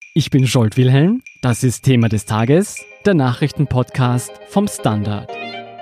Ich bin Scholt Wilhelm, das ist Thema des Tages, der Nachrichtenpodcast vom Standard.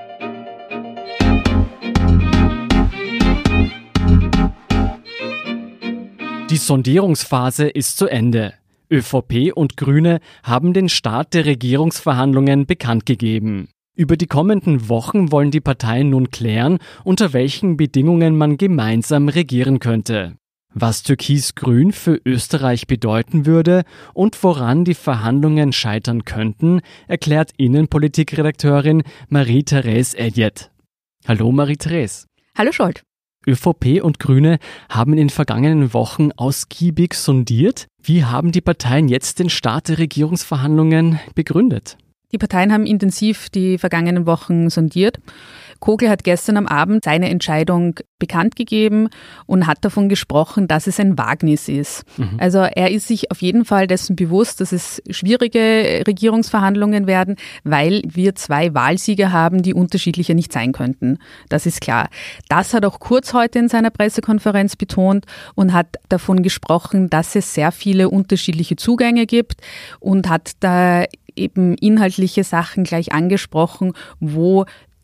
Die Sondierungsphase ist zu Ende. ÖVP und Grüne haben den Start der Regierungsverhandlungen bekannt gegeben. Über die kommenden Wochen wollen die Parteien nun klären, unter welchen Bedingungen man gemeinsam regieren könnte. Was Türkis-Grün für Österreich bedeuten würde und woran die Verhandlungen scheitern könnten, erklärt Innenpolitikredakteurin Marie-Therese Edjet. Hallo Marie-Therese. Hallo Scholt. ÖVP und Grüne haben in den vergangenen Wochen ausgiebig sondiert. Wie haben die Parteien jetzt den Start der Regierungsverhandlungen begründet? Die Parteien haben intensiv die vergangenen Wochen sondiert. Kogler hat gestern am Abend seine Entscheidung bekannt gegeben und hat davon gesprochen, dass es ein Wagnis ist. Also er ist sich auf jeden Fall dessen bewusst, dass es schwierige Regierungsverhandlungen werden, weil wir zwei Wahlsieger haben, die unterschiedlicher nicht sein könnten. Das ist klar. Das hat auch Kurz heute in seiner Pressekonferenz betont und hat davon gesprochen, dass es sehr viele unterschiedliche Zugänge gibt und hat da eben inhaltliche Sachen gleich angesprochen, wo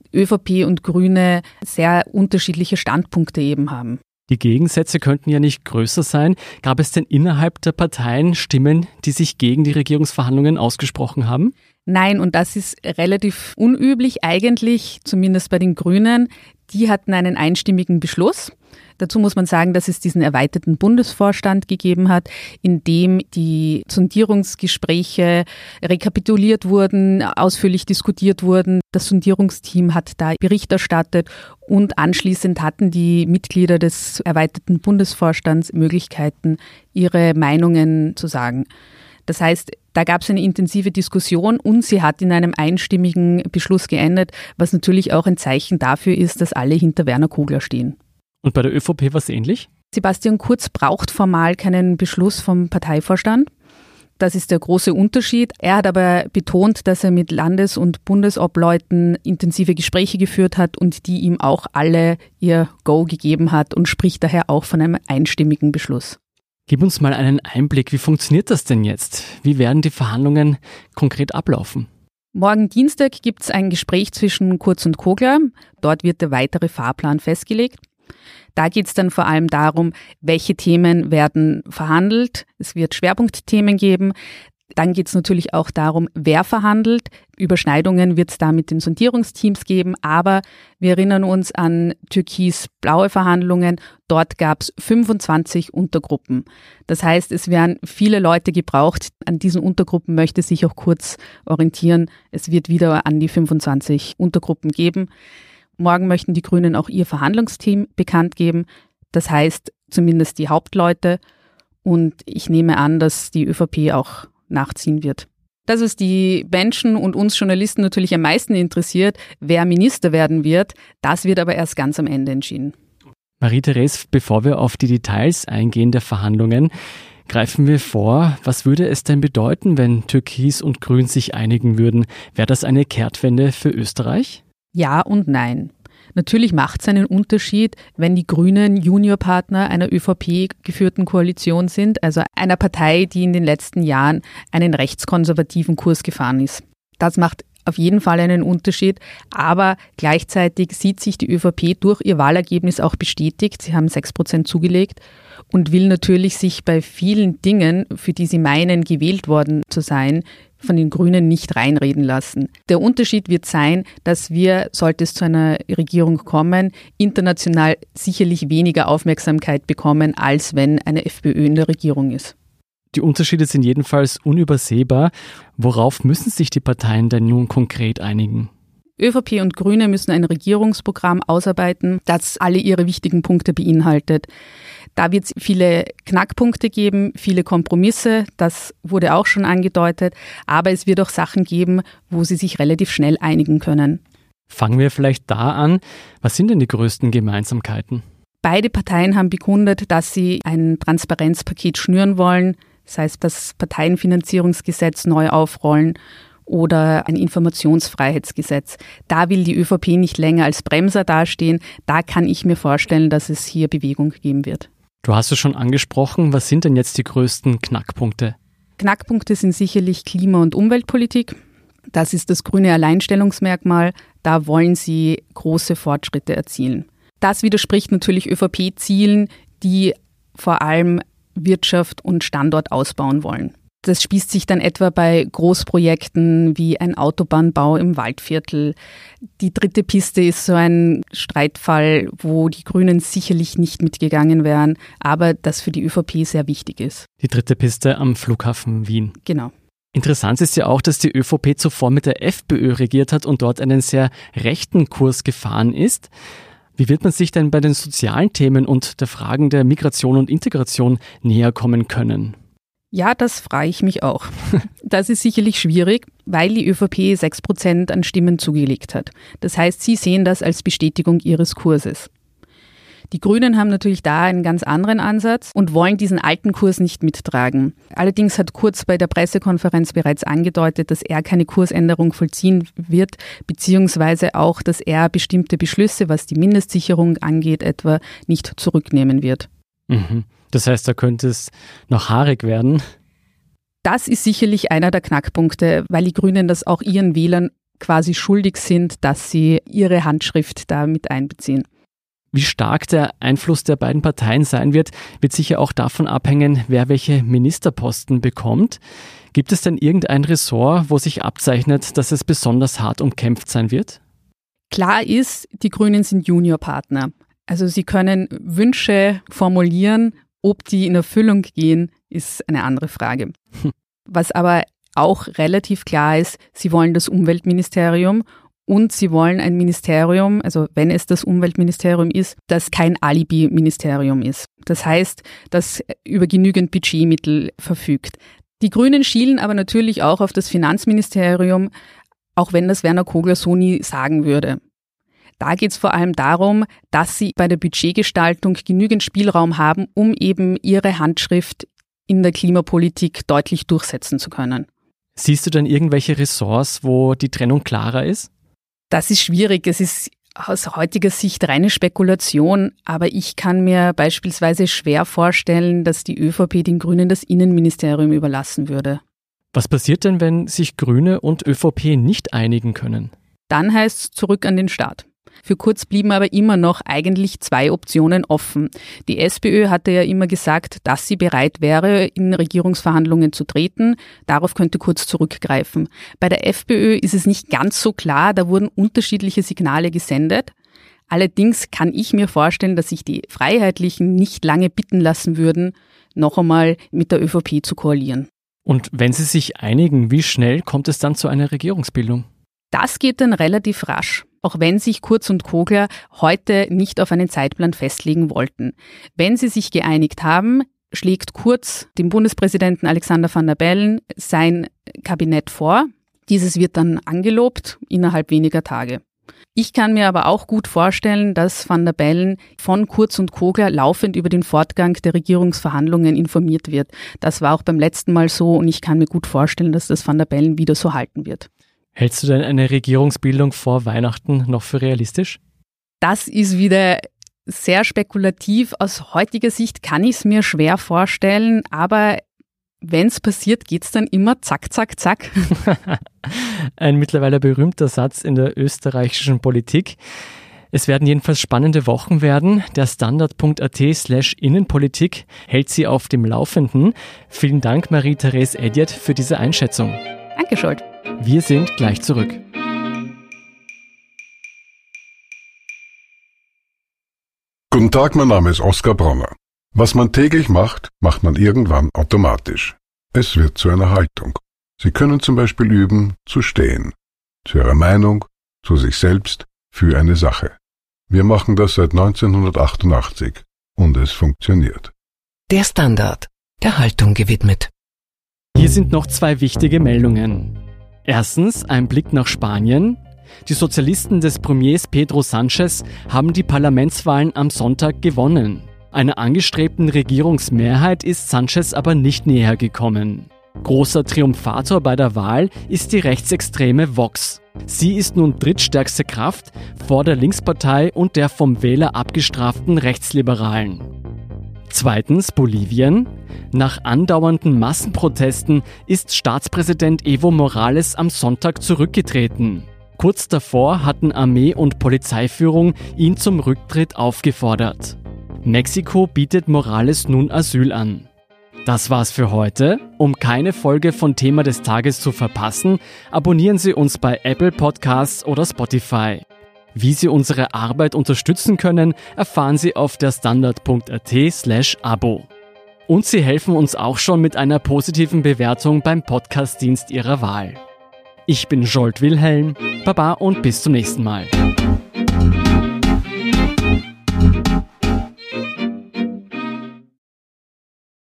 ÖVP und Grüne sehr unterschiedliche Standpunkte eben haben. Die Gegensätze könnten ja nicht größer sein. Gab es denn innerhalb der Parteien Stimmen, die sich gegen die Regierungsverhandlungen ausgesprochen haben? Nein, und das ist relativ unüblich eigentlich, zumindest bei den Grünen. Die hatten einen einstimmigen Beschluss. Dazu muss man sagen, dass es diesen erweiterten Bundesvorstand gegeben hat, in dem die Sondierungsgespräche rekapituliert wurden, ausführlich diskutiert wurden. Das Sondierungsteam hat da Bericht erstattet und anschließend hatten die Mitglieder des erweiterten Bundesvorstands Möglichkeiten, ihre Meinungen zu sagen. Das heißt, da gab es eine intensive Diskussion und sie hat in einem einstimmigen Beschluss geendet, was natürlich auch ein Zeichen dafür ist, dass alle hinter Werner Kogler stehen. Und bei der ÖVP war es ähnlich? Sebastian Kurz braucht formal keinen Beschluss vom Parteivorstand. Das ist der große Unterschied. Er hat aber betont, dass er mit Landes- und Bundesobleuten intensive Gespräche geführt hat und die ihm auch alle ihr Go gegeben hat und spricht daher auch von einem einstimmigen Beschluss. Gib uns mal einen Einblick, wie funktioniert das denn jetzt? Wie werden die Verhandlungen konkret ablaufen? Morgen Dienstag gibt es ein Gespräch zwischen Kurz und Kogler. Dort wird der weitere Fahrplan festgelegt. Da geht es dann vor allem darum, welche Themen werden verhandelt. Es wird Schwerpunktthemen geben. Dann geht es natürlich auch darum, wer verhandelt. Überschneidungen wird es da mit den Sondierungsteams geben. Aber wir erinnern uns an türkis-blaue Verhandlungen. Dort gab es 25 Untergruppen. Das heißt, es werden viele Leute gebraucht. An diesen Untergruppen möchte sich auch Kurz orientieren. Es wird wieder an die 25 Untergruppen geben. Morgen möchten die Grünen auch ihr Verhandlungsteam bekannt geben. Das heißt zumindest die Hauptleute. Und ich nehme an, dass die ÖVP auch nachziehen wird. Das, was die Menschen und uns Journalisten natürlich am meisten interessiert, wer Minister werden wird, das wird aber erst ganz am Ende entschieden. Marie-Therese, bevor wir auf die Details eingehen der Verhandlungen, greifen wir vor, was würde es denn bedeuten, wenn Türkis und Grün sich einigen würden? Wäre das eine Kehrtwende für Österreich? Ja und nein. Natürlich macht es einen Unterschied, wenn die Grünen Juniorpartner einer ÖVP-geführten Koalition sind, also einer Partei, die in den letzten Jahren einen rechtskonservativen Kurs gefahren ist. Das macht auf jeden Fall einen Unterschied, aber gleichzeitig sieht sich die ÖVP durch ihr Wahlergebnis auch bestätigt. Sie haben 6% zugelegt und will natürlich sich bei vielen Dingen, für die sie meinen, gewählt worden zu sein, von den Grünen nicht reinreden lassen. Der Unterschied wird sein, dass wir, sollte es zu einer Regierung kommen, international sicherlich weniger Aufmerksamkeit bekommen, als wenn eine FPÖ in der Regierung ist. Die Unterschiede sind jedenfalls unübersehbar. Worauf müssen sich die Parteien denn nun konkret einigen? ÖVP und Grüne müssen ein Regierungsprogramm ausarbeiten, das alle ihre wichtigen Punkte beinhaltet. Da wird es viele Knackpunkte geben, viele Kompromisse, das wurde auch schon angedeutet, aber es wird auch Sachen geben, wo sie sich relativ schnell einigen können. Fangen wir vielleicht da an. Was sind denn die größten Gemeinsamkeiten? Beide Parteien haben bekundet, dass sie ein Transparenzpaket schnüren wollen, das heißt das Parteienfinanzierungsgesetz neu aufrollen oder ein Informationsfreiheitsgesetz. Da will die ÖVP nicht länger als Bremser dastehen. Da kann ich mir vorstellen, dass es hier Bewegung geben wird. Du hast es schon angesprochen. Was sind denn jetzt die größten Knackpunkte? Knackpunkte sind sicherlich Klima- und Umweltpolitik. Das ist das grüne Alleinstellungsmerkmal. Da wollen sie große Fortschritte erzielen. Das widerspricht natürlich ÖVP-Zielen, die vor allem Wirtschaft und Standort ausbauen wollen. Das spießt sich dann etwa bei Großprojekten wie ein Autobahnbau im Waldviertel. Die dritte Piste ist so ein Streitfall, wo die Grünen sicherlich nicht mitgegangen wären, aber das für die ÖVP sehr wichtig ist. Die dritte Piste am Flughafen Wien. Genau. Interessant ist ja auch, dass die ÖVP zuvor mit der FPÖ regiert hat und dort einen sehr rechten Kurs gefahren ist. Wie wird man sich denn bei den sozialen Themen und der Fragen der Migration und Integration näher kommen können? Ja, das frage ich mich auch. Das ist sicherlich schwierig, weil die ÖVP 6% an Stimmen zugelegt hat. Das heißt, sie sehen das als Bestätigung ihres Kurses. Die Grünen haben natürlich da einen ganz anderen Ansatz und wollen diesen alten Kurs nicht mittragen. Allerdings hat Kurz bei der Pressekonferenz bereits angedeutet, dass er keine Kursänderung vollziehen wird, beziehungsweise auch, dass er bestimmte Beschlüsse, was die Mindestsicherung angeht, etwa nicht zurücknehmen wird. Das heißt, da könnte es noch haarig werden. Das ist sicherlich einer der Knackpunkte, weil die Grünen das auch ihren Wählern quasi schuldig sind, dass sie ihre Handschrift da mit einbeziehen. Wie stark der Einfluss der beiden Parteien sein wird, wird sicher auch davon abhängen, wer welche Ministerposten bekommt. Gibt es denn irgendein Ressort, wo sich abzeichnet, dass es besonders hart umkämpft sein wird? Klar ist, die Grünen sind Juniorpartner. Also sie können Wünsche formulieren, ob die in Erfüllung gehen, ist eine andere Frage. Was aber auch relativ klar ist, sie wollen das Umweltministerium und sie wollen ein Ministerium, also wenn es das Umweltministerium ist, das kein Alibi-Ministerium ist. Das heißt, das über genügend Budgetmittel verfügt. Die Grünen schielen aber natürlich auch auf das Finanzministerium, auch wenn das Werner Kogler so nie sagen würde. Da geht es vor allem darum, dass sie bei der Budgetgestaltung genügend Spielraum haben, um eben ihre Handschrift in der Klimapolitik deutlich durchsetzen zu können. Siehst du denn irgendwelche Ressorts, wo die Trennung klarer ist? Das ist schwierig. Es ist aus heutiger Sicht reine Spekulation, aber ich kann mir beispielsweise schwer vorstellen, dass die ÖVP den Grünen das Innenministerium überlassen würde. Was passiert denn, wenn sich Grüne und ÖVP nicht einigen können? Dann heißt es zurück an den Staat. Für Kurz blieben aber immer noch eigentlich 2 Optionen offen. Die SPÖ hatte ja immer gesagt, dass sie bereit wäre, in Regierungsverhandlungen zu treten. Darauf könnte Kurz zurückgreifen. Bei der FPÖ ist es nicht ganz so klar, da wurden unterschiedliche Signale gesendet. Allerdings kann ich mir vorstellen, dass sich die Freiheitlichen nicht lange bitten lassen würden, noch einmal mit der ÖVP zu koalieren. Und wenn sie sich einigen, wie schnell kommt es dann zu einer Regierungsbildung? Das geht dann relativ rasch, auch wenn sich Kurz und Kogler heute nicht auf einen Zeitplan festlegen wollten. Wenn sie sich geeinigt haben, schlägt Kurz dem Bundespräsidenten Alexander Van der Bellen sein Kabinett vor. Dieses wird dann angelobt innerhalb weniger Tage. Ich kann mir aber auch gut vorstellen, dass Van der Bellen von Kurz und Kogler laufend über den Fortgang der Regierungsverhandlungen informiert wird. Das war auch beim letzten Mal so und ich kann mir gut vorstellen, dass das Van der Bellen wieder so halten wird. Hältst du denn eine Regierungsbildung vor Weihnachten noch für realistisch? Das ist wieder sehr spekulativ. Aus heutiger Sicht kann ich es mir schwer vorstellen, aber wenn es passiert, geht es dann immer zack, zack, zack. Ein mittlerweile berühmter Satz in der österreichischen Politik. Es werden jedenfalls spannende Wochen werden. Der Standard.at/Innenpolitik hält Sie auf dem Laufenden. Vielen Dank, Marie-Therese Edjed, für diese Einschätzung. Danke, Scholt. Wir sind gleich zurück. Guten Tag, mein Name ist Oskar Bronner. Was man täglich macht, macht man irgendwann automatisch. Es wird zu einer Haltung. Sie können zum Beispiel üben, zu stehen. Zu Ihrer Meinung, zu sich selbst, für eine Sache. Wir machen das seit 1988 und es funktioniert. Der Standard, der Haltung gewidmet. Hier sind noch 2 wichtige Meldungen. Erstens ein Blick nach Spanien. Die Sozialisten des Premiers Pedro Sánchez haben die Parlamentswahlen am Sonntag gewonnen. Einer angestrebten Regierungsmehrheit ist Sánchez aber nicht näher gekommen. Großer Triumphator bei der Wahl ist die rechtsextreme Vox. Sie ist nun drittstärkste Kraft vor der Linkspartei und der vom Wähler abgestraften Rechtsliberalen. Zweitens Bolivien. Nach andauernden Massenprotesten ist Staatspräsident Evo Morales am Sonntag zurückgetreten. Kurz davor hatten Armee- und Polizeiführung ihn zum Rücktritt aufgefordert. Mexiko bietet Morales nun Asyl an. Das war's für heute. Um keine Folge von Thema des Tages zu verpassen, abonnieren Sie uns bei Apple Podcasts oder Spotify. Wie Sie unsere Arbeit unterstützen können, erfahren Sie auf derstandard.at/Abo. Und Sie helfen uns auch schon mit einer positiven Bewertung beim Podcastdienst Ihrer Wahl. Ich bin Jolt Wilhelm, Baba und bis zum nächsten Mal.